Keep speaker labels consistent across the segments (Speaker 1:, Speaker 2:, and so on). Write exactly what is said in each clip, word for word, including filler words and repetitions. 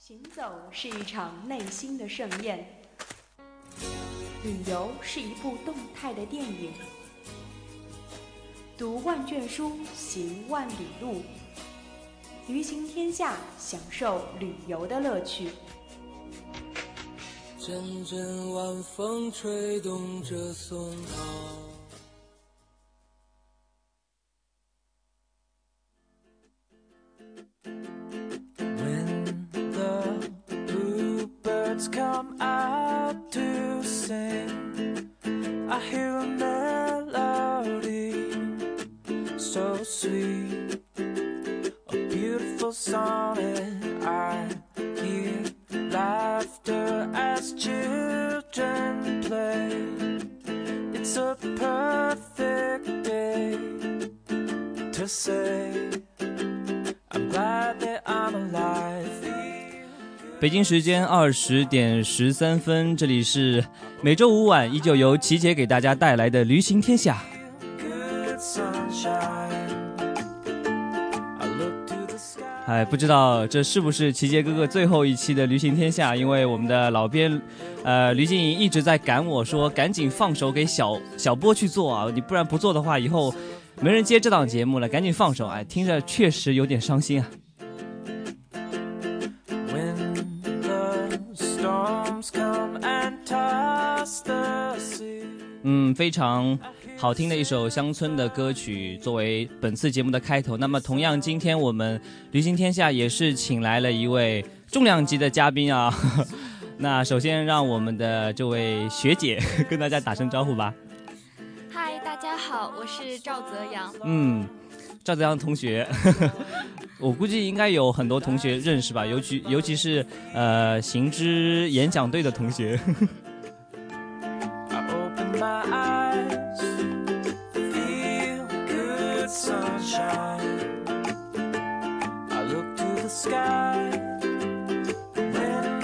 Speaker 1: 行走是一场内心的盛宴，旅游是一部动态的电影。读万卷书，行万里路，旅行天下，享受旅游的乐趣。
Speaker 2: 阵阵晚风吹动着松涛。Come out to sing, I hear a melody so sweet, a beautiful song, and I hear laughter as children play. It's a perfect day to say I'm glad that I'm alive.北京时间二十点十三分，这里是每周五晚依旧由齐姐给大家带来的旅行天下。哎，不知道这是不是齐杰哥哥最后一期的旅行天下？因为我们的老编，呃，吕静怡一直在赶我说，赶紧放手给小小波去做啊！你不然不做的话，以后没人接这档节目了，赶紧放手！哎，听着确实有点伤心啊。嗯，非常好听的一首乡村的歌曲作为本次节目的开头。那么同样今天我们旅行天下也是请来了一位重量级的嘉宾啊。那首先让我们的这位学姐跟大家打声招呼吧。
Speaker 3: 嗨，大家好，我是赵泽阳。
Speaker 2: 嗯，赵泽阳同学我估计应该有很多同学认识吧，尤其尤其是呃行知演讲队的同学。My eyes feel good sunshine. I look to the sky when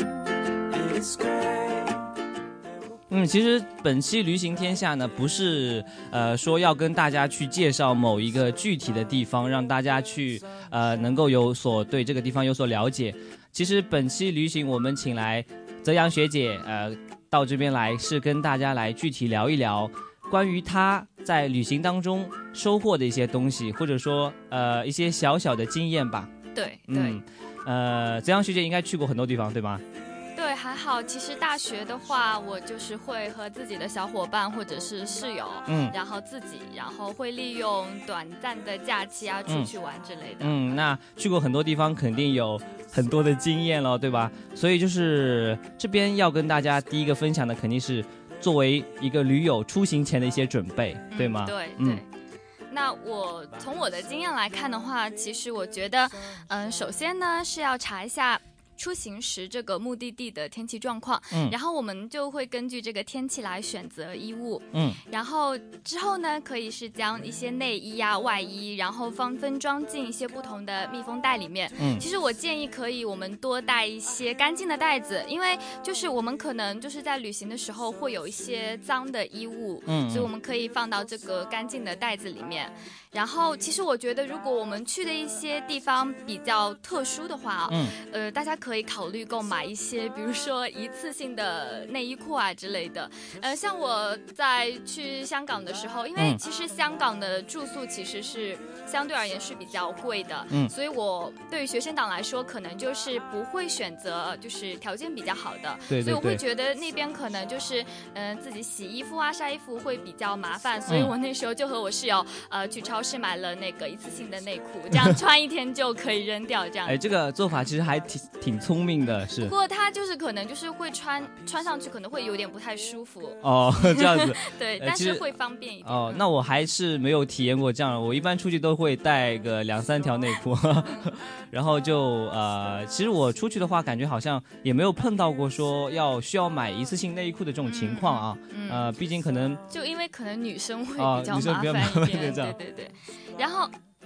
Speaker 2: it is gray. 嗯，其实本期旅行天下呢，不是呃说要跟大家去介绍某一个具体的地方，让大家去呃能够有所对这个地方有所了解。其实本期旅行我们请来泽阳学姐呃。到这边来是跟大家来具体聊一聊关于他在旅行当中收获的一些东西，或者说呃一些小小的经验吧。
Speaker 3: 对对，
Speaker 2: 嗯，呃，泽阳学姐应该去过很多地方，对吗？
Speaker 3: 对，还好。其实大学的话，我就是会和自己的小伙伴或者是室友，嗯，然后自己，然后会利用短暂的假期啊出去玩之类的。
Speaker 2: 嗯，那去过很多地方，肯定有很多的经验了，对吧？所以就是这边要跟大家第一个分享的，肯定是作为一个驴友出行前的一些准备，
Speaker 3: 嗯、
Speaker 2: 对吗？
Speaker 3: 对，嗯。对。那我从我的经验来看的话，其实我觉得，嗯，首先呢是要查一下出行时这个目的地的天气状况，嗯，然后我们就会根据这个天气来选择衣物，嗯，然后之后呢，可以是将一些内衣啊、外衣，然后方分装进一些不同的密封袋里面，嗯，其实我建议可以我们多带一些干净的袋子，因为就是我们可能就是在旅行的时候会有一些脏的衣物，嗯，所以我们可以放到这个干净的袋子里面。然后其实我觉得如果我们去的一些地方比较特殊的话，嗯，呃，大家可以考虑购买一些比如说一次性的内衣裤啊之类的。呃，像我在去香港的时候，因为其实香港的住宿其实是相对而言是比较贵的，嗯，所以我对于学生党来说可能就是不会选择就是条件比较好的，对对对，所以我会觉得那边可能就是嗯、呃、自己洗衣服啊晒衣服会比较麻烦，所以我那时候就和我室友呃去超市买了那个一次性的内裤，这样穿一天就可以扔掉这样。
Speaker 2: 哎，这个做法其实还挺挺聪明的，是。
Speaker 3: 不过它就是可能就是会穿穿上去可能会有点不太舒服
Speaker 2: 哦，这样子。
Speaker 3: 对，但是会方便一点。
Speaker 2: 哦，那我还是没有体验过这样的，我一般出去都会带个两三条内裤，然后就呃，其实我出去的话，感觉好像也没有碰到过说要需要买一次性内衣裤的这种情况啊。嗯嗯、呃，毕竟可能
Speaker 3: 就因为可能女生会比较麻烦一点，哦、对对对。然后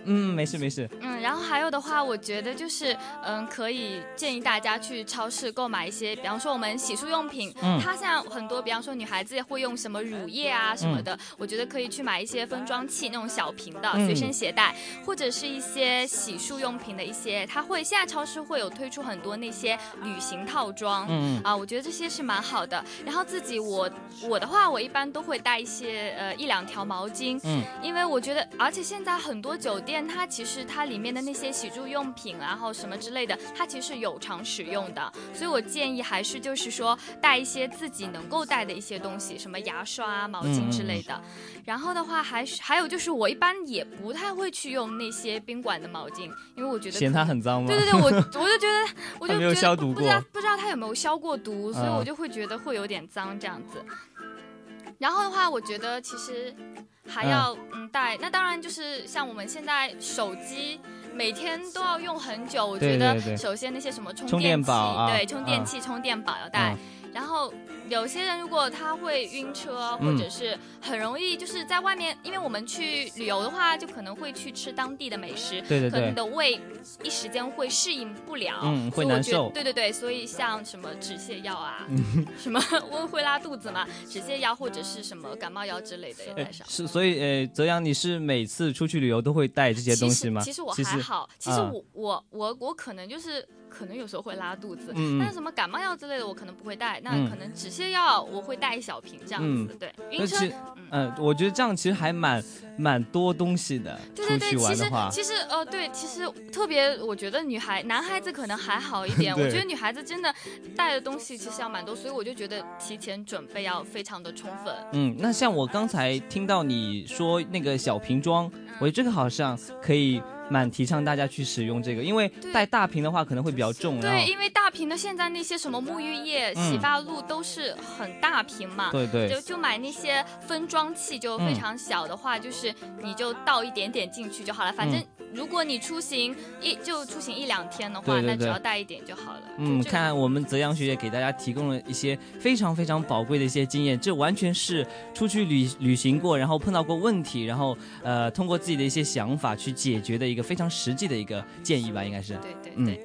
Speaker 4: 嗯，没事没事。
Speaker 3: 嗯，然后还有的话，我觉得就是嗯，可以建议大家去超市购买一些，比方说我们洗漱用品，嗯，它像很多，比方说女孩子会用什么乳液啊什么的，嗯、我觉得可以去买一些分装器那种小瓶的，随身携带，嗯、或者是一些洗漱用品的一些，它会现在超市会有推出很多那些旅行套装，嗯啊，我觉得这些是蛮好的。然后自己我我的话，我一般都会带一些呃一两条毛巾，嗯，因为我觉得，而且现在很多酒店。它其实它里面的那些洗漱用品，然后什么之类的，它其实是有偿使用的，所以我建议还是就是说带一些自己能够带的一些东西，什么牙刷啊、毛巾之类的。嗯、然后的话还还有就是我一般也不太会去用那些宾馆的毛巾，因为我觉得
Speaker 4: 嫌它很脏吗？
Speaker 3: 对对对，我我就觉得我就
Speaker 4: 没有消毒过，
Speaker 3: 不知道不知道它有没有消过毒，所以我就会觉得会有点脏这样子。然后的话，我觉得其实还要嗯带，那当然就是像我们现在手机每天都要用很久，我觉得首先那些什么充电器，
Speaker 4: 宝啊、
Speaker 3: 对，充电器、啊、充电宝要带，嗯、然后。有些人如果他会晕车，或者是很容易就是在外面，嗯、因为我们去旅游的话，就可能会去吃当地的美食，
Speaker 4: 对对对，
Speaker 3: 可能你的胃一时间会适应不了，
Speaker 4: 嗯，会难受。
Speaker 3: 对对对，所以像什么止泻药啊，嗯、什么我会拉肚子嘛，止泻药或者是什么感冒药之类的也带上。
Speaker 4: 是，所以呃，泽阳，你是每次出去旅游都会带这些东西吗？
Speaker 3: 其实, 其实我还好，其实, 其实我、嗯、我我我可能就是。可能有时候会拉肚子，嗯、但是什么感冒药之类的我可能不会带，那可能止泻药我会带一小瓶这样子，嗯、对。晕车，
Speaker 4: 嗯、呃，我觉得这样其实还蛮蛮多东西的。
Speaker 3: 对对对，
Speaker 4: 出去玩的话
Speaker 3: 其实其实呃对，其实特别我觉得女孩男孩子可能还好一点，我觉得女孩子真的带的东西其实要蛮多，所以我就觉得提前准备要非常的充分。
Speaker 4: 嗯，那像我刚才听到你说那个小瓶装，嗯、我觉得这个好像可以。蛮提倡大家去使用这个，因为带大瓶的话可能会比较重。
Speaker 3: 对，因为大瓶的现在那些什么沐浴液、洗发露都是很大瓶嘛。
Speaker 4: 对对。
Speaker 3: 就就买那些分装器，就非常小的话，嗯、就是你就倒一点点进去就好了。反正如果你出行一就出行一两天的话，
Speaker 4: 对对对，
Speaker 3: 那只要带一点就好了。
Speaker 4: 嗯，看我们泽阳学姐给大家提供了一些非常非常宝贵的一些经验，这完全是出去旅旅行过，然后碰到过问题，然后呃通过自己的一些想法去解决的一个非常实际的一个建议吧，应该是。
Speaker 3: 对对对。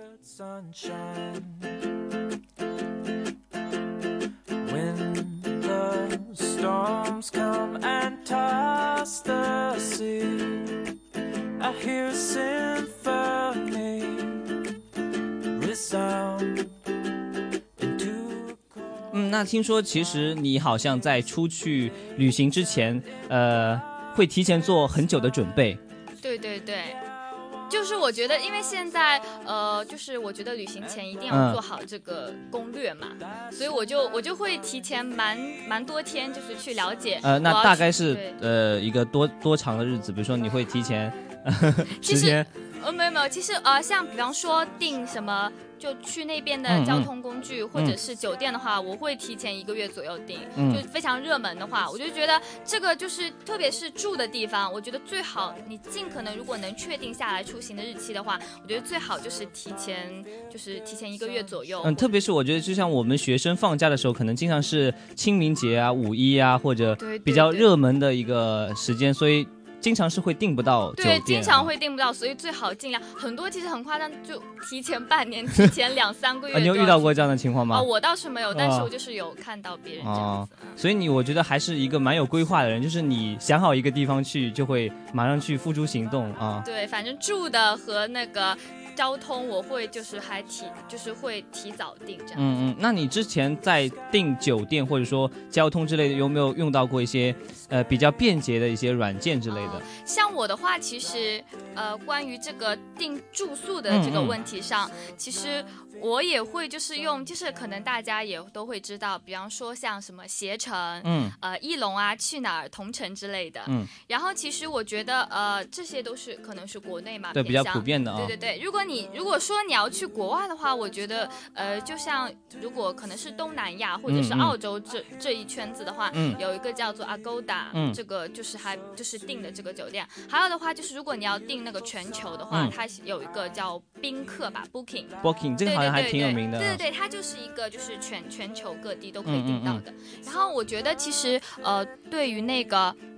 Speaker 4: 嗯，那听说其实你好像在出去旅行之前，呃，会提前做很久的准备。
Speaker 3: 对对对。就是我觉得，因为现在呃，就是我觉得旅行前一定要做好这个攻略嘛，嗯、所以我就我就会提前蛮蛮多天，就是去了解。
Speaker 4: 呃，那大概是呃一个多多长的日子？比如说你会提前十天？
Speaker 3: 呃，没有没有，其实呃，像比方说订什么。就去那边的交通工具、嗯、或者是酒店的话、嗯、我会提前一个月左右订、嗯、就非常热门的话，我就觉得这个就是特别是住的地方，我觉得最好你尽可能如果能确定下来出行的日期的话，我觉得最好就是提前就是提前一个月左右。
Speaker 4: 嗯，特别是我觉得就像我们学生放假的时候，可能经常是清明节啊、五一啊，或者比较热门的一个时间，所以经常是会订不到酒店、啊、
Speaker 3: 对，经常会订不到，所以最好尽量。很多其实很夸张，就提前半年、提前两三个月、
Speaker 4: 啊。你有遇到过这样的情况吗？
Speaker 3: 哦，我倒是没有，但是我就是有看到别人这样子。哦
Speaker 4: 嗯、所以你我觉得还是一个蛮有规划的人，就是你想好一个地方去，就会马上去付诸行动啊。
Speaker 3: 对，反正住的和那个。交通我会就是还提就是会提早订这样。
Speaker 4: 嗯嗯，那你之前在订酒店或者说交通之类的，有没有用到过一些呃比较便捷的一些软件之类的？
Speaker 3: 呃、像我的话，其实呃关于这个订住宿的这个问题上，嗯嗯其实我也会就是用，就是可能大家也都会知道，比方说像什么携程、嗯呃艺龙啊、去哪儿、同城之类的。嗯。然后其实我觉得呃这些都是可能是国内嘛，
Speaker 4: 对比较普遍的啊、哦。
Speaker 3: 对对对，如果你如果说你要去国外的话，我觉得呃，就像如果可能是东南亚或者是澳洲这、嗯嗯、这一圈子的话，嗯、有一个叫做 Agoda，、嗯、这个就是还就是订的这个酒店。还有的话就是如果你要订那个全球的话，嗯、它有一个叫宾客吧 ，Booking，Booking
Speaker 4: 这个好像还挺有名的。
Speaker 3: 对对 对, 对, 对, 对，它就是一个就是全全球各地都可以订到的。嗯嗯嗯然后我觉得其实呃，对于那个。嗯，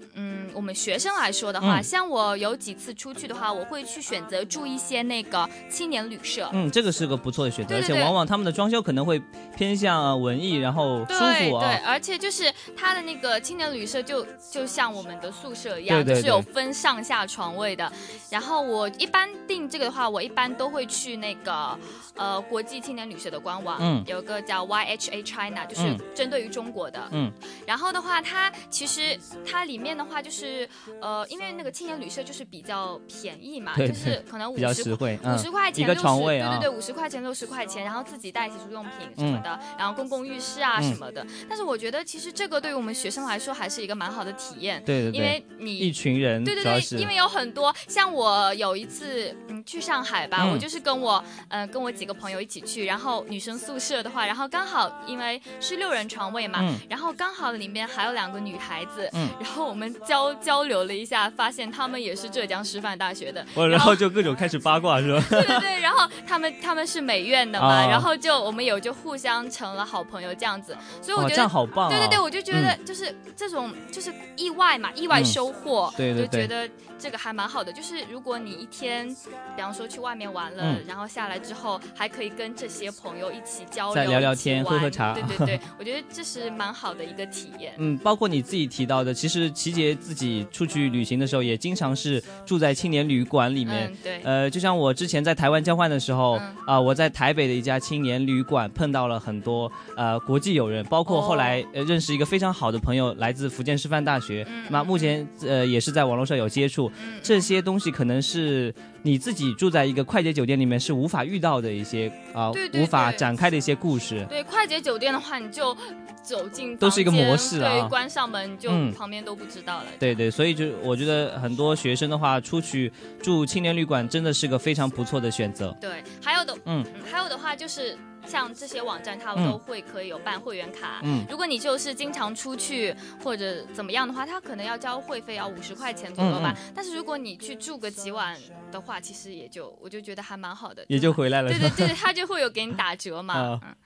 Speaker 3: 嗯我们学生来说的话，
Speaker 4: 嗯
Speaker 3: 像我有几次出去的话，我会去选择住一些那个青年旅社。
Speaker 4: 嗯，这个是个不错的选择，
Speaker 3: 对对对
Speaker 4: 而且往往他们的装修可能会偏向、呃、文艺，然后舒服啊。
Speaker 3: 对对，而且就是它的那个青年旅社就就像我们的宿舍一样，
Speaker 4: 对对对
Speaker 3: 就是有分上下床位的。然后我一般订这个的话，我一般都会去那个呃国际青年旅社的官网，
Speaker 4: 嗯，
Speaker 3: 有个叫 Y H A China， 就是
Speaker 4: 嗯
Speaker 3: 针对于中国的。
Speaker 4: 嗯，
Speaker 3: 然后的话，它其实它里面的话就是呃，因为那个青年旅社就是比较便宜嘛，
Speaker 4: 对对
Speaker 3: 就是可能五
Speaker 4: 比较
Speaker 3: 十
Speaker 4: 实惠，嗯
Speaker 3: 五十块钱
Speaker 4: 一个
Speaker 3: 六十，
Speaker 4: 床位啊，
Speaker 3: 对对对，五十块钱六十块钱，然后自己带洗漱用品什么的，然后公共浴室啊
Speaker 4: 嗯
Speaker 3: 什么的。但是我觉得其实这个对于我们学生来说还是一个蛮好的体验，
Speaker 4: 对对对，
Speaker 3: 因为
Speaker 4: 一
Speaker 3: 你。
Speaker 4: 群人，
Speaker 3: 对对对，
Speaker 4: 主要是
Speaker 3: 因为有很多像我有一次嗯去上海吧，
Speaker 4: 嗯
Speaker 3: 我就是跟我呃跟我几个朋友一起去，然后女生宿舍的话，然后刚好因为是六人床位嘛，
Speaker 4: 嗯
Speaker 3: 然后刚好里面还有两个女孩子，
Speaker 4: 嗯
Speaker 3: 然后我们交交流了一下，发现她们也是浙江师范大学的，
Speaker 4: 我然后就各种开始八卦是吧？
Speaker 3: 对对对，然后他们他们是美院的嘛，
Speaker 4: 哦
Speaker 3: 然后就我们有就互相成了好朋友这样子，所以我
Speaker 4: 哦，
Speaker 3: 觉得。
Speaker 4: 这样好棒啊！
Speaker 3: 对对对，我就觉得就是这种就是意外嘛，意外收获，
Speaker 4: 嗯对对对
Speaker 3: 就觉得这个还蛮好的。就是如果你一天，比方说去外面玩了，
Speaker 4: 嗯
Speaker 3: 然后下来之后还可以跟这些朋友一起交流，
Speaker 4: 再聊聊
Speaker 3: 一起
Speaker 4: 天
Speaker 3: 玩
Speaker 4: 喝喝茶
Speaker 3: 对对对，我觉得这是蛮好的一个体验。
Speaker 4: 嗯，包括你自己提到的，其实齐杰自己出去旅行的时候，也经常是住在青年旅馆里面。
Speaker 3: 嗯，对。
Speaker 4: 呃，就像我之前在台湾交换的时候，啊、
Speaker 3: 嗯
Speaker 4: 呃，我在台北的一家青年旅馆碰到了很多呃国际友人，包括后来、呃、认识一个非常好的朋友，来自福建师范大学，
Speaker 3: 嗯
Speaker 4: 那、目前呃也是在网络上有接触。
Speaker 3: 嗯
Speaker 4: 这些东西可能是你自己住在一个快捷酒店里面是无法遇到的一些啊、呃
Speaker 3: 对对
Speaker 4: 无法
Speaker 3: 对
Speaker 4: 展开的一些故事。
Speaker 3: 对，快捷酒店的话，你就走进
Speaker 4: 都是一个
Speaker 3: 房间
Speaker 4: 模式啊
Speaker 3: 对，关上门就
Speaker 4: 嗯
Speaker 3: 旁边都不知道了。
Speaker 4: 对对，所以就我觉得很多学生的话，出去住青年旅馆真的是个非常不错的选择。
Speaker 3: 对，还有的，
Speaker 4: 嗯
Speaker 3: 嗯，还有的话就是像这些网站，它
Speaker 4: 嗯
Speaker 3: 都会可以有办会员卡。
Speaker 4: 嗯
Speaker 3: 如果你就是经常出去或者怎么样的话，它可能要交会费，要五十块钱左右吧。
Speaker 4: 嗯
Speaker 3: 但是如果你去住个几晚的话，其实也就我就觉得还蛮好的，
Speaker 4: 也就回来了。
Speaker 3: 对对对，它就会有给你打折嘛。
Speaker 4: 啊
Speaker 3: 嗯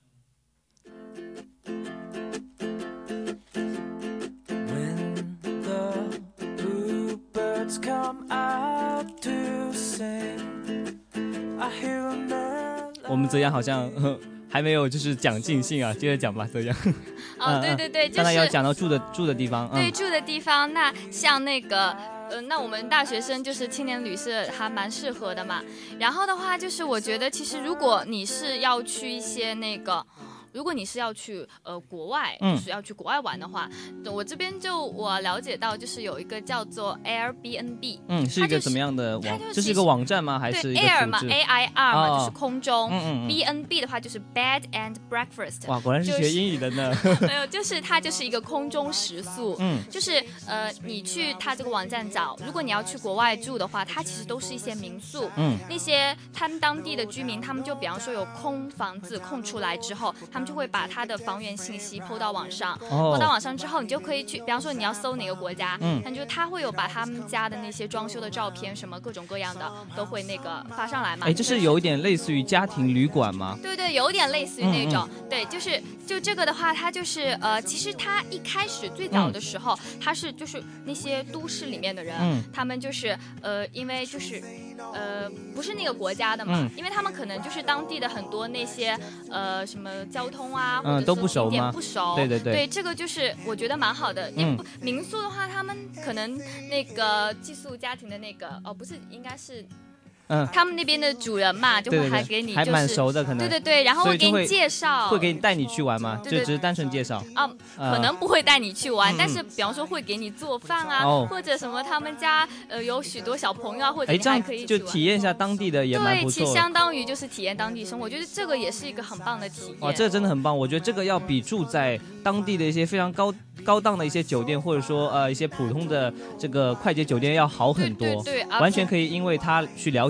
Speaker 2: When the bluebirds come out to sing, I hear a melody.
Speaker 4: 我们泽阳好像呵还没有就是讲尽兴啊，接着讲吧，泽阳。
Speaker 3: 哦，
Speaker 4: 嗯
Speaker 3: 对对对，就
Speaker 4: 刚才要
Speaker 3: 是
Speaker 4: 讲到住的住的地方，嗯，
Speaker 3: 对住的地方，那像那个。呃，那我们大学生就是青年旅社还蛮适合的嘛。然后的话，就是我觉得其实如果你是要去一些那个。如果你是要去呃国外，
Speaker 4: 嗯
Speaker 3: 就是要去国外玩的话，我这边就我了解到，就是有一个叫做 Airbnb，
Speaker 4: 嗯，是一
Speaker 3: 它就是
Speaker 4: 个怎么样的网？
Speaker 3: 它就是
Speaker 4: 这是一个网站吗？还
Speaker 3: 对
Speaker 4: 是一个
Speaker 3: Air 嘛
Speaker 4: 组织？
Speaker 3: ，A I R 嘛，
Speaker 4: 哦
Speaker 3: 就是空中。
Speaker 4: 嗯嗯嗯
Speaker 3: B N B 的话就是 Bed and Breakfast，
Speaker 4: 哇，果然是
Speaker 3: 就是
Speaker 4: 学英语的呢。
Speaker 3: 没有，就是它就是一个空中食宿。
Speaker 4: 嗯
Speaker 3: 就是呃，你去它这个网站找，如果你要去国外住的话，它其实都是一些民宿。
Speaker 4: 嗯
Speaker 3: 那些他们当地的居民，他们就比方说有空房子空出来之后，他们就会把他的房源信息 po 到网上。
Speaker 4: 哦
Speaker 3: po 到网上之后，你就可以去，比方说你要搜哪个国家，
Speaker 4: 嗯
Speaker 3: 那就他会有把他们家的那些装修的照片，什么各种各样的都会那个发上来嘛。
Speaker 4: 哎，这是有一点类似于家庭旅馆吗？
Speaker 3: 对对，有点类似于那种，
Speaker 4: 嗯
Speaker 3: 对，就是就这个的话，它就是呃，其实它一开始最早的时候，它是就是那些都市里面的人，
Speaker 4: 嗯
Speaker 3: 他们就是呃，因为就是呃，不是那个国家的嘛，
Speaker 4: 嗯
Speaker 3: 因为他们可能就是当地的很多那些呃什么交通啊，或者
Speaker 4: 嗯都不熟
Speaker 3: 景点
Speaker 4: 吗
Speaker 3: 不熟，
Speaker 4: 对对对
Speaker 3: 对，这个就是我觉得蛮好的。也
Speaker 4: 嗯
Speaker 3: 不民宿的话，他们可能那个寄宿家庭的那个哦，不是，应该是。
Speaker 4: 嗯，
Speaker 3: 他们那边的主人嘛，就
Speaker 4: 对对对
Speaker 3: 会还给你、就是，
Speaker 4: 还蛮熟的可能
Speaker 3: 对对对，然后会给你
Speaker 4: 所以就会
Speaker 3: 介绍，
Speaker 4: 会给你带你去玩吗？
Speaker 3: 对对
Speaker 4: 就只是单纯介绍。
Speaker 3: 啊，
Speaker 4: 呃
Speaker 3: 可能不会带你去玩，
Speaker 4: 嗯
Speaker 3: 但是比方说会给你做饭啊，
Speaker 4: 哦
Speaker 3: 或者什么他们家呃有许多小朋友啊，或者
Speaker 4: 哎，
Speaker 3: 你还
Speaker 4: 这样就
Speaker 3: 可以一起玩。
Speaker 4: 体验一下当地的也蛮
Speaker 3: 对，
Speaker 4: 不错的。
Speaker 3: 其实相当于就是体验当地生活，我觉得这个也是一个很棒的体验。
Speaker 4: 哇，这个真的很棒！我觉得这个要比住在当地的一些非常高高档的一些酒店，或者说呃一些普通的这个快捷酒店要好很多。
Speaker 3: 对对对，而
Speaker 4: 完全可以因为他去了解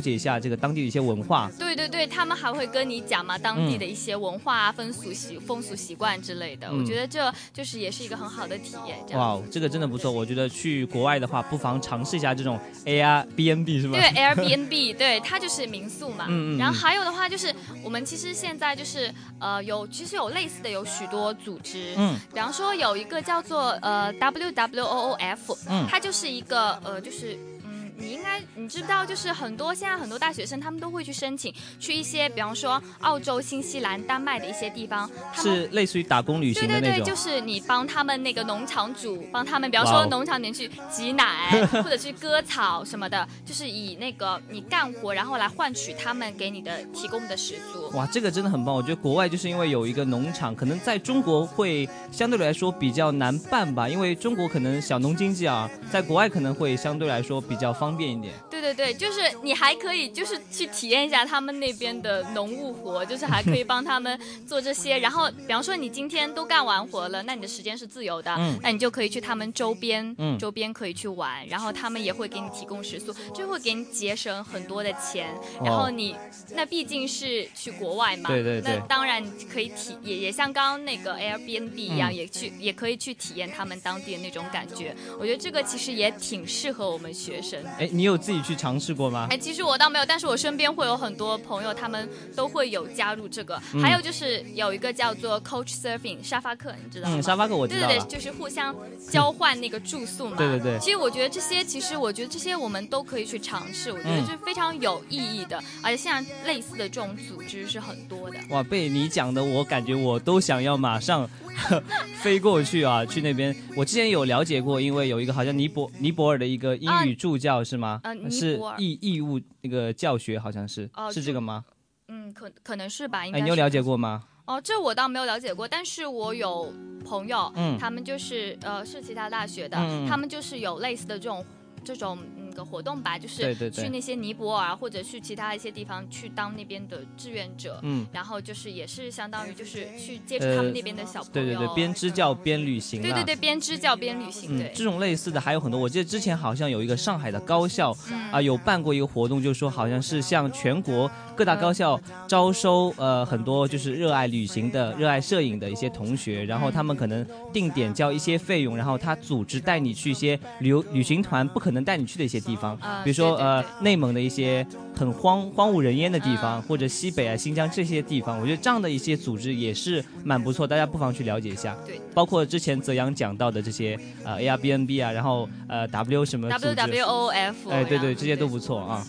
Speaker 4: 解一下这个当地的一些文化。
Speaker 3: 对对对，他们还会跟你讲嘛，当地的一些文化啊、风俗习风俗习惯之类的、嗯。我觉得这就是也是一个很好的体验。
Speaker 4: 哇，这个真的不错。我觉得去国外的话，不妨尝试一下这种 Airbnb 是吧？
Speaker 3: 对 Airbnb， 对，它就是民宿嘛。
Speaker 4: 嗯嗯。
Speaker 3: 然后还有的话就是，我们其实现在就是呃有其实有类似的有许多组织，嗯，比方说有一个叫做呃 W W O O F， 嗯，它就是一个呃就是。你应该你知道，就是很多现在很多大学生他们都会去申请去一些，比方说澳洲、新西兰、丹麦的一些地方，
Speaker 4: 是类似于打工旅行的那种。
Speaker 3: 对对对，就是你帮他们那个农场主，帮他们，比方说农场里面去挤奶或者去割草什么的，就是以那个你干活，然后来换取他们给你的提供的食宿。
Speaker 4: 哇，这个真的很棒！我觉得国外就是因为有一个农场，可能在中国会相对来说比较难办吧，因为中国可能小农经济啊，在国外可能会相对来说比较方便。便一点。
Speaker 3: 对对对，就是你还可以就是去体验一下他们那边的农务活，就是还可以帮他们做这些。然后比方说你今天都干完活了，那你的时间是自由的，嗯、那你就可以去他们周边，嗯、周边可以去玩，然后他们也会给你提供食宿，就会给你节省很多的钱。然后你、哦、那毕竟是去国外嘛，
Speaker 4: 对对对，
Speaker 3: 那当然可以体也也像刚刚那个 Airbnb 一样，嗯、也去也可以去体验他们当地的那种感觉。我觉得这个其实也挺适合我们学生的。
Speaker 4: 哎，你有自己去尝试过吗？
Speaker 3: 哎，其实我倒没有，但是我身边会有很多朋友，他们都会有加入这个。嗯、还有就是有一个叫做 Coach Surfing 沙发客，你知道吗？
Speaker 4: 嗯，沙发客我知道了。
Speaker 3: 对对对，就是互相交换那个住宿嘛。
Speaker 4: 对对对。
Speaker 3: 其实我觉得这些，其实我觉得这些我们都可以去尝试，我觉得是非常有意义的。嗯、而且现在类似的这种组织是很多的。
Speaker 4: 哇，被你讲的，我感觉我都想要马上飞过去啊，去那边。我之前有了解过，因为有一个好像尼泊尼泊尔的一个英语助教、啊、是吗？
Speaker 3: 呃，
Speaker 4: 是义义务那个教学，好像是，呃、是这个吗？
Speaker 3: 嗯，可可能是吧，应该是。
Speaker 4: 哎，你有了解过吗？
Speaker 3: 哦，这我倒没有了解过，但是我有朋友，嗯，他们就是呃是其他大学的，嗯、他们就是有类似的这种这种那个活动吧，就是去那些尼泊尔或者去其他一些地方去当那边的志愿者，嗯，然后就是也是相当于就是去接触他们那边的小朋友，呃、
Speaker 4: 对对对，边支教边旅行，
Speaker 3: 对对对，边支教边旅行，对、
Speaker 4: 嗯，这种类似的还有很多。我记得之前好像有一个上海的高校啊、嗯呃，有办过一个活动，就是说好像是向全国各大高校招收呃很多就是热爱旅行的、热爱摄影的一些同学，然后他们可能定点交一些费用，然后他组织带你去一些旅游旅行团不可能带你去的一些地方，
Speaker 3: 呃、
Speaker 4: 比如说
Speaker 3: 对对对
Speaker 4: 呃内蒙的一些很荒荒无人烟的地方，嗯、或者西北啊、新疆这些地方，我觉得这样的一些组织也是蛮不错，大家不妨去了解一下。
Speaker 3: 对，
Speaker 4: 包括之前泽阳讲到的这些呃 Airbnb 啊，然后呃 W 什么组织
Speaker 3: W W O F，
Speaker 4: 哎，对对，这些都不错啊。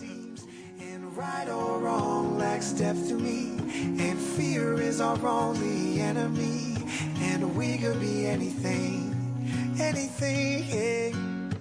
Speaker 2: Right or wrong, like step to me, and fear is our only enemy, and we could be anything, anything.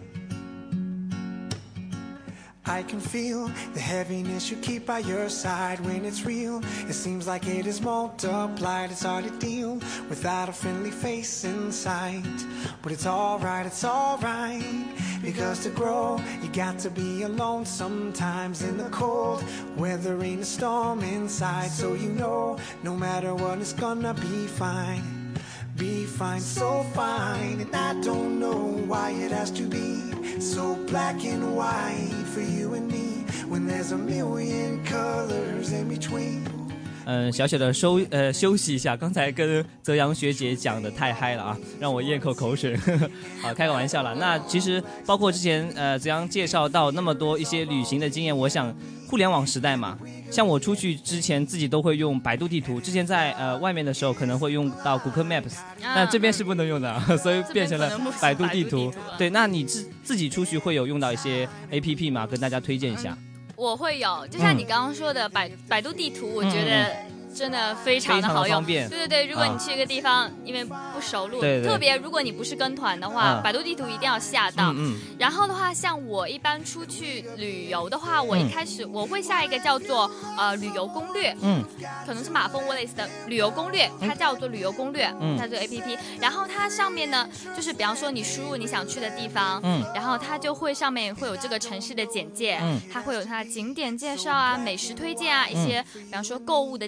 Speaker 2: I can feel the heaviness you keep by your side when it's real. It seems like it is multiplied. It's hard to deal without a friendly face in sight. But it's alright, it's alright. Because to grow, you got to be alone sometimes in the cold. Weathering a storm inside. So you know, no matter what, it's gonna be fine. Be fine, so fine. And I don't know why it has to be so black and white for you and me, when there's a million colors in between.
Speaker 4: 嗯，小小的收呃休息一下，刚才跟泽阳学姐讲的太嗨了啊，让我咽口口水。好，开个玩笑了。那其实包括之前呃泽阳介绍到那么多一些旅行的经验，我想互联网时代嘛，像我出去之前自己都会用百度地图，之前在呃外面的时候可能会用到谷歌 Maps， 但这边是不能用的、啊，所以变成了百度地图。对，那你自自己出去会有用到一些 A P P 吗？跟大家推荐一下。
Speaker 3: 我会有，就像你刚刚说的百、嗯、百度地图，我觉得真的非常的好用，对对对。如果你去一个地方，啊、因为不熟路，
Speaker 4: 对对对，
Speaker 3: 特别如果你不是跟团的话，
Speaker 4: 嗯、
Speaker 3: 百度地图一定要下到。
Speaker 4: 嗯嗯、
Speaker 3: 然后的话，像我一般出去旅游的话，我一开始我会下一个叫做呃旅游攻略，嗯，可能是马蜂窝类似的旅游攻略，它叫做旅游攻略，嗯，它这个 A P P。然后它上面呢，就是比方说你输入你想去的地方，嗯，然后它就会上面会有这个城市的简介，嗯，它会有它的景点介绍啊、美食推荐啊、一些比方说购物的地方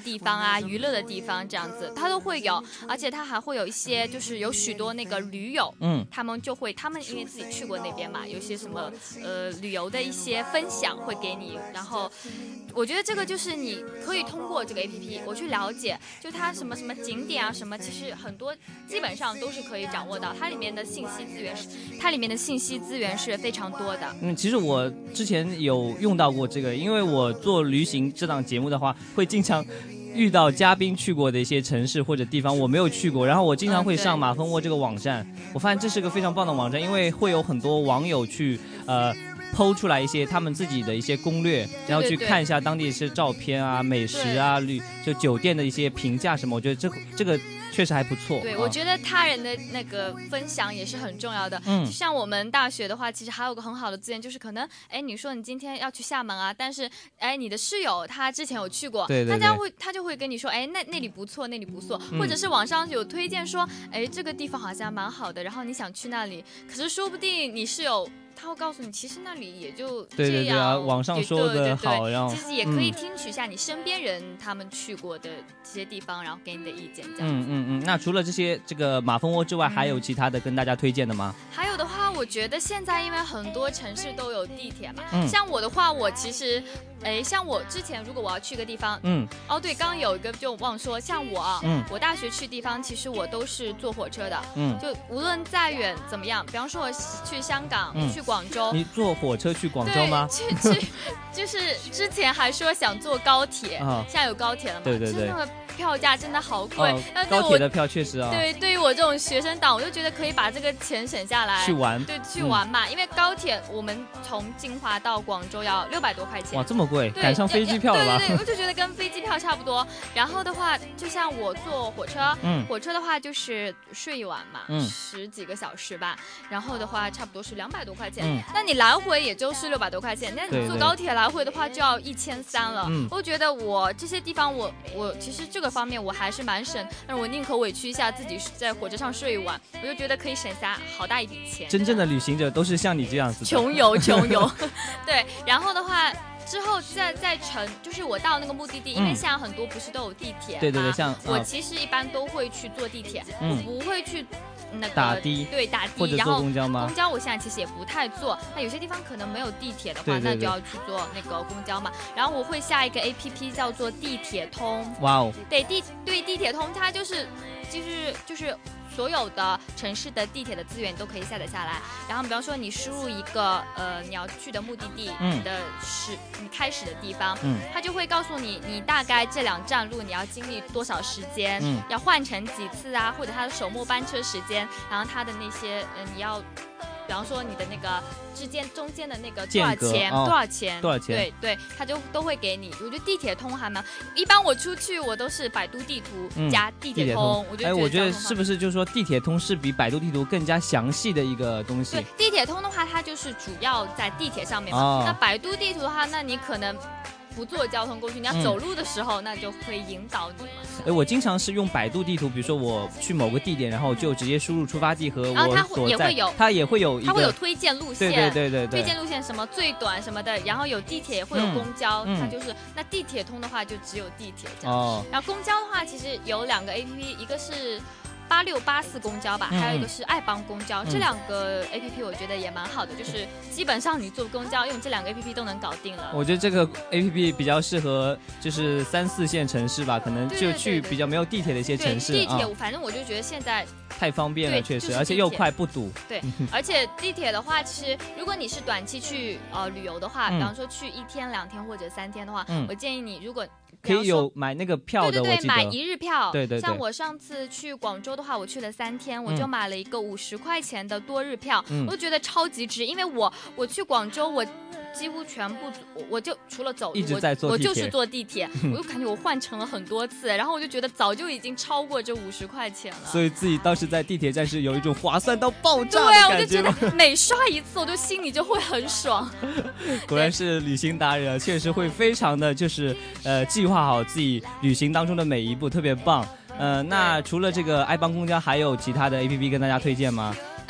Speaker 3: 啊、娱乐的地方这样子，它都会有，而且它还会有一些就是有许多那个驴友，嗯，他们就会他们因为自己去过那边嘛，有些什么呃旅游的一些分享会给你，然后我觉得这个就是你可以通过这个 A P P 我去了解，就它什么什么景点啊什么，其实很多基本上都是可以掌握到，它里面的信息资源是它里面的信息资源是非常多的。
Speaker 4: 嗯，其实我之前有用到过这个，因为我做旅行这档节目的话，会经常遇到嘉宾去过的一些城市或者地方我没有去过，然后我经常会上马蜂窝这个网站，嗯、我发现这是个非常棒的网站，因为会有很多网友去呃剖出来一些他们自己的一些攻略，然后去看一下当地的一些照片啊、美食啊、旅就酒店的一些评价什么，我觉得这这个确实还不错。
Speaker 3: 对、
Speaker 4: 啊、
Speaker 3: 我觉得他人的那个分享也是很重要的。嗯，像我们大学的话，其实还有个很好的资源，就是可能哎，你说你今天要去厦门啊，但是哎，你的室友他之前有去过，
Speaker 4: 对对对，
Speaker 3: 他将会他就会跟你说，哎，那那里不错，那里不错，嗯、或者是网上有推荐说，哎，这个地方好像蛮好的，然后你想去那里，可是说不定你室友他会告诉你，其实那里也就这样。
Speaker 4: 对对对啊，网上说的好，
Speaker 3: 对对对，
Speaker 4: 然后
Speaker 3: 其实也可以听取一下你身边人他们去过的这些地方，然后给你的意见，这样。
Speaker 4: 嗯嗯嗯。那除了这些这个马蜂窝之外，还有其他的跟大家推荐的吗？
Speaker 3: 还有的话，我觉得现在因为很多城市都有地铁嘛，嗯、像我的话，我其实，哎，像我之前如果我要去个地方，嗯，哦对，刚刚有一个就忘说，像我啊，嗯，我大学去地方，其实我都是坐火车的，嗯，就无论再远怎么样，比方说我去香港，嗯、去广州，
Speaker 4: 你坐火车去广州吗？
Speaker 3: 去去，就是之前还说想坐高铁，哦、现在有高铁了嘛？
Speaker 4: 对对对。
Speaker 3: 那个票价真的好贵，
Speaker 4: 哦、高铁的票确实啊、哦。
Speaker 3: 对，对于我这种学生党，我就觉得可以把这个钱省下来
Speaker 4: 去玩，
Speaker 3: 对，去玩嘛。嗯、因为高铁我们从金华到广州要六百多块钱，
Speaker 4: 哇，这么贵，赶上飞机票了吧？
Speaker 3: 对对对，我就觉得跟飞机票差不多。然后的话，就像我坐火车，嗯，火车的话就是睡一晚嘛，嗯，十几个小时吧。然后的话，差不多是两百多块钱。嗯，那你来回也就是六百多块钱，那你坐高铁来回的话就要一千三了。嗯，我觉得我这些地方我，我我其实这个方面我还是蛮省，但是我宁可委屈一下自己在火车上睡一晚，我就觉得可以省下好大一笔钱。
Speaker 4: 真正的旅行者都是像你这样子的，
Speaker 3: 穷游穷游。对，然后的话。之后再再乘，就是我到那个目的地，嗯、因为现在很多不是都有地铁吗？
Speaker 4: 对对对，像
Speaker 3: 我其实一般都会去坐地铁，嗯、我不会去那个
Speaker 4: 打的，
Speaker 3: 对打的，
Speaker 4: 或者坐公交吗？
Speaker 3: 公交我现在其实也不太坐，那有些地方可能没有地铁的话，
Speaker 4: 对对对，
Speaker 3: 那就要去坐那个公交嘛。然后我会下一个 A P P 叫做地铁通，
Speaker 4: 哇哦，
Speaker 3: 对地对地铁通，它就是就是就是。所有的城市的地铁的资源都可以下载下来，然后比方说你输入一个呃你要去的目的地，嗯、你的始你开始的地方，嗯，它就会告诉你你大概这两站路你要经历多少时间，嗯，要换乘几次啊，或者它的首末班车时间，然后它的那些呃你要。比方说你的那个之间中间的那个多少钱、
Speaker 4: 哦、
Speaker 3: 多少钱
Speaker 4: 多少钱，
Speaker 3: 对对，他就都会给你。我觉得地铁通还蛮，一般我出去我都是百度地图加地铁通，
Speaker 4: 嗯、我觉得哎，我觉得是不是就是说地铁通是比百度地图更加详细的一个东西？
Speaker 3: 对，地铁通的话，它就是主要在地铁上面嘛。哦、那百度地图的话，那你可能。不坐交通工具，你要走路的时候，嗯、那就会引导你嘛。
Speaker 4: 哎，我经常是用百度地图，比如说我去某个地点，然后就直接输入出发地和我所在，
Speaker 3: 它也会有，
Speaker 4: 它也会有一个，
Speaker 3: 它会有推荐路线，
Speaker 4: 对对对对对，
Speaker 3: 推荐路线什么最短什么的，然后有地铁也会有公交，嗯、它就是那地铁通的话就只有地铁这样。哦，然后公交的话，其实有两个 A P P， 一个是。八六八四公交吧，还有一个是爱邦公交，嗯、这两个 A P P 我觉得也蛮好的，就是基本上你坐公交用这两个 A P P 都能搞定了。
Speaker 4: 我觉得这个 A P P 比较适合就是三四线城市吧，可能就去比较没有地铁的一些城市。
Speaker 3: 对对对对地铁，啊、反正我就觉得现在
Speaker 4: 太方便了，确实，就是，而且又快不堵。
Speaker 3: 对，而且地铁的话，其实如果你是短期去呃旅游的话，嗯、比方说去一天、两天或者三天的话，嗯、我建议你如果。
Speaker 4: 可以有买那个票的，
Speaker 3: 对对对，
Speaker 4: 我记得
Speaker 3: 买一日票。
Speaker 4: 对对对，
Speaker 3: 像我上次去广州的话，我去了三天，我就买了一个五十块钱的多日票，嗯、我就觉得超级值，因为我我去广州我。几乎全部我我就除了走路
Speaker 4: 一直在坐
Speaker 3: 地铁，我就是坐地铁，我就感觉我换乘了很多次，然后我就觉得早就已经超过这五十块钱了。
Speaker 4: 所以自己当时在地铁站是有一种划算到爆炸的感觉。
Speaker 3: 对，我就觉得每刷一次，我就心里就会很爽。
Speaker 4: 果然是旅行达人，确实会非常的就是呃计划好自己旅行当中的每一步，特别棒。呃，那除了这个爱邦公交，还有其他的 A P P 跟大家推荐吗？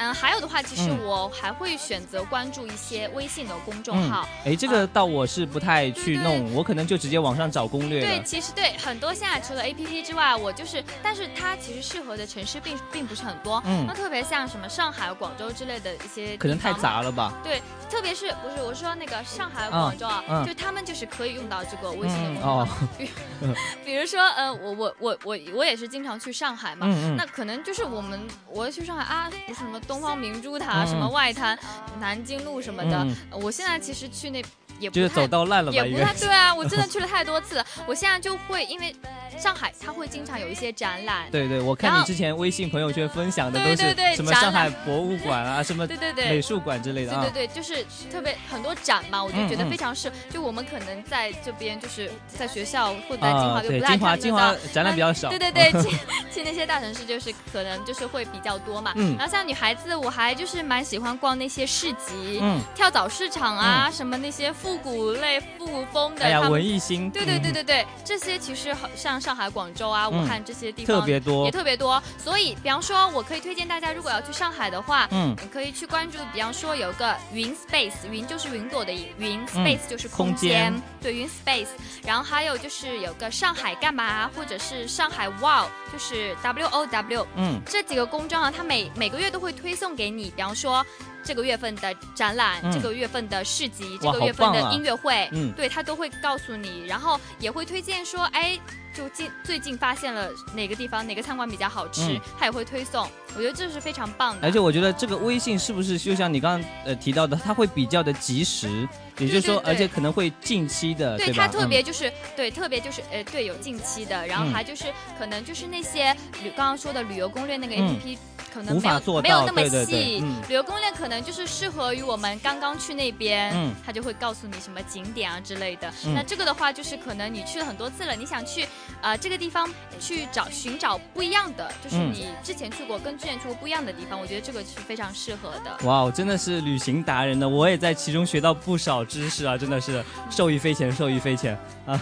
Speaker 3: 嗯，还有的话，其实
Speaker 4: 嗯
Speaker 3: 我还会选择关注一些微信的公众号。
Speaker 4: 哎、嗯，这个倒我是不太去弄，
Speaker 3: 对对
Speaker 4: 我可能就直接网上找攻略了。
Speaker 3: 对，其实对很多现在除了 A P P 之外，我就是，但是它其实适合的城市并并不是很多。嗯，那特别像什么上海、广州之类的一些，
Speaker 4: 可能太杂了吧？
Speaker 3: 对，特别是不是我说那个上海、广州啊，嗯、就他们就是可以用到这个微信的公众号。嗯哦、比, 比如说，呃，我我我我我也是经常去上海嘛，嗯嗯那可能就是我们我去上海啊，不是什么东方明珠塔、嗯、什么外滩、南京路什么的，嗯、我现在其实去那。也不
Speaker 4: 就是走到烂了吧，
Speaker 3: 也不太对啊！我真的去了太多次了，我现在就会因为上海它会经常有一些展览。
Speaker 4: 对对，我看你之前微信朋友圈分享的都是什么上海博物馆啊，什么对对对美术馆之类的、啊。
Speaker 3: 对对对，就是特别很多展嘛，我就觉得非常适合。嗯嗯就我们可能在这边就是在学校或者在金华就不太看得到，
Speaker 4: 金华展览比较少。
Speaker 3: 对对对，去去那些大城市就是可能就是会比较多嘛。嗯、然后像女孩子，我还就是蛮喜欢逛那些市集、嗯、跳蚤市场啊，嗯、什么那些复古类。复古风的，
Speaker 4: 哎呀，文艺新，
Speaker 3: 对对对对对，嗯、这些其实像上海、广州啊、武汉这些地方、
Speaker 4: 嗯、特别多，
Speaker 3: 也特别多。所以，比方说，我可以推荐大家，如果要去上海的话，嗯，你可以去关注，比方说有个云 Space， 云就是云朵的云、嗯、，Space 就是空间，空间对，云 Space。然后还有就是有个上海干嘛，或者是上海 Wow， 就是 W O W， 嗯，这几个公众号，它每每个月都会推送给你，比方说。这个月份的展览、嗯、这个月份的市集、这个月份的音乐会、啊、对他都会告诉你，然后也会推荐说，哎，就近最近发现了哪个地方哪个餐馆比较好吃，嗯、他也会推送，我觉得这是非常棒的。
Speaker 4: 而且我觉得这个微信是不是就像你刚刚呃提到的，它会比较的及时，也就是说，对对对而且可能会近期的，
Speaker 3: 对，
Speaker 4: 对
Speaker 3: 它特别就是、嗯、对，特别就是呃对有近期的，然后还就是、嗯、可能就是那些旅刚刚说的旅游攻略那个 A P P、嗯。可能没有没有那么细，对对对嗯、旅游攻略可能就是适合于我们刚刚去那边，嗯、他就会告诉你什么景点啊之类的。嗯、那这个的话，就是可能你去了很多次了，你想去呃这个地方去找寻找不一样的，就是你之前去过跟之前去过不一样的地方，我觉得这个是非常适合的。
Speaker 4: 哇，真的是旅行达人呢，我也在其中学到不少知识啊，真的是受益匪浅，受益匪浅啊。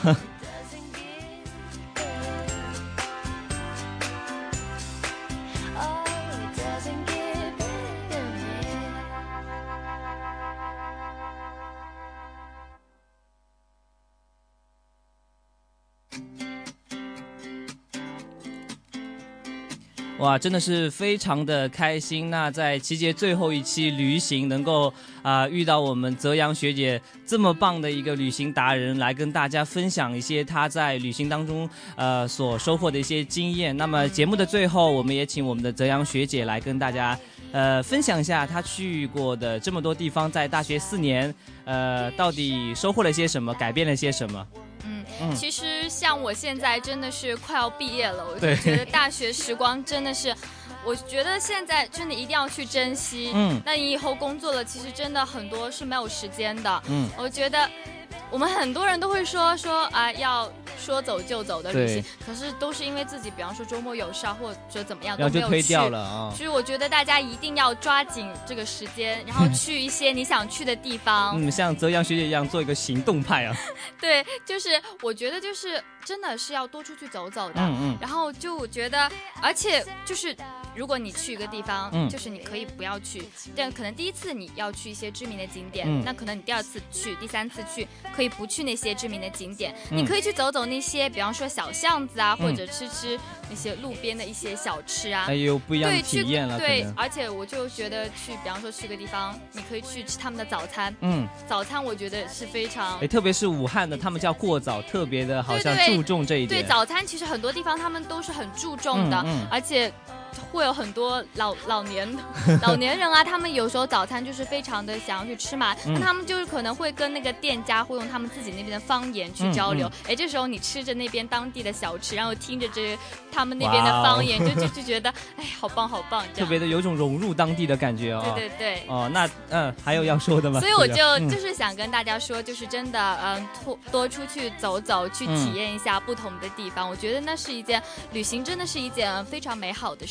Speaker 4: 哇，真的是非常的开心。那在七节最后一期旅行，能够啊、呃、遇到我们泽阳学姐这么棒的一个旅行达人，来跟大家分享一些她在旅行当中呃所收获的一些经验。那么节目的最后，我们也请我们的泽阳学姐来跟大家呃分享一下她去过的这么多地方，在大学四年呃到底收获了些什么，改变了些什么。
Speaker 3: 嗯，其实像我现在真的是快要毕业了，我就觉得大学时光真的是，我觉得现在真的一定要去珍惜。嗯，那你以后工作了，其实真的很多是没有时间的。嗯，我觉得我们很多人都会说说啊，要说走就走的旅行，可是都是因为自己，比方说周末有事或者怎么样都没有去，
Speaker 4: 然后就推掉了啊。
Speaker 3: 所以我觉得大家一定要抓紧这个时间，然后去一些你想去的地方。
Speaker 4: 嗯，像泽阳学姐一样做一个行动派啊。
Speaker 3: 对，就是我觉得就是真的是要多出去走走的。嗯嗯。然后就我觉得，而且就是。如果你去一个地方、嗯、就是你可以不要去，但可能第一次你要去一些知名的景点、嗯、那可能你第二次去第三次去可以不去那些知名的景点、嗯、你可以去走走那些比方说小巷子啊、嗯、或者吃吃那些路边的一些小吃啊，
Speaker 4: 还有不一样的体验了。
Speaker 3: 对，而且我就觉得去比方说去个地方你可以去吃他们的早餐，嗯，早餐我觉得是非常
Speaker 4: 哎，特别是武汉的他们叫过早，特别的好像注重这一点。
Speaker 3: 对，早餐其实很多地方他们都是很注重的、嗯嗯、而且会有很多老老年老年人啊，他们有时候早餐就是非常的想要去吃嘛，那、嗯、他们就是可能会跟那个店家会用他们自己那边的方言去交流。哎、嗯嗯，这时候你吃着那边当地的小吃，然后听着这他们那边的方言，就就就觉得哎，好棒好棒，
Speaker 4: 特别的有种融入当地的感觉哦。
Speaker 3: 对对对。
Speaker 4: 哦，那嗯，还有要说的吗？
Speaker 3: 所以我就、嗯、就是想跟大家说，就是真的嗯，多多出去走走，去体验一下不同的地方、嗯。我觉得那是一件旅行，真的是一件非常美好的事。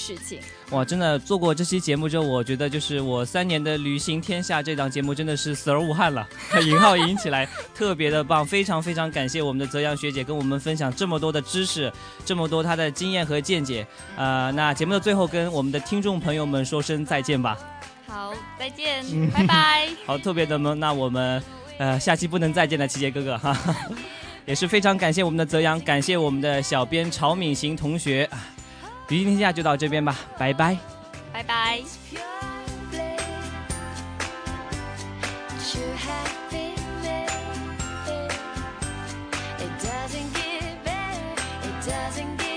Speaker 3: 事情。
Speaker 4: 哇，真的做过这期节目之后，我觉得就是我三年的旅行天下这档节目真的是死而无憾了，引号引起来特别的棒，非常非常感谢我们的泽阳学姐跟我们分享这么多的知识，这么多她的经验和见解。呃，那节目的最后跟我们的听众朋友们说声再见吧。
Speaker 3: 好，再见，拜拜。
Speaker 4: 好，特别的呢，那我们呃下期不能再见了，齐杰哥哥哈。也是非常感谢我们的泽阳，感谢我们的小编曹敏行同学。旅行天下就到这边吧，拜拜，
Speaker 3: 拜拜。
Speaker 5: It doesn't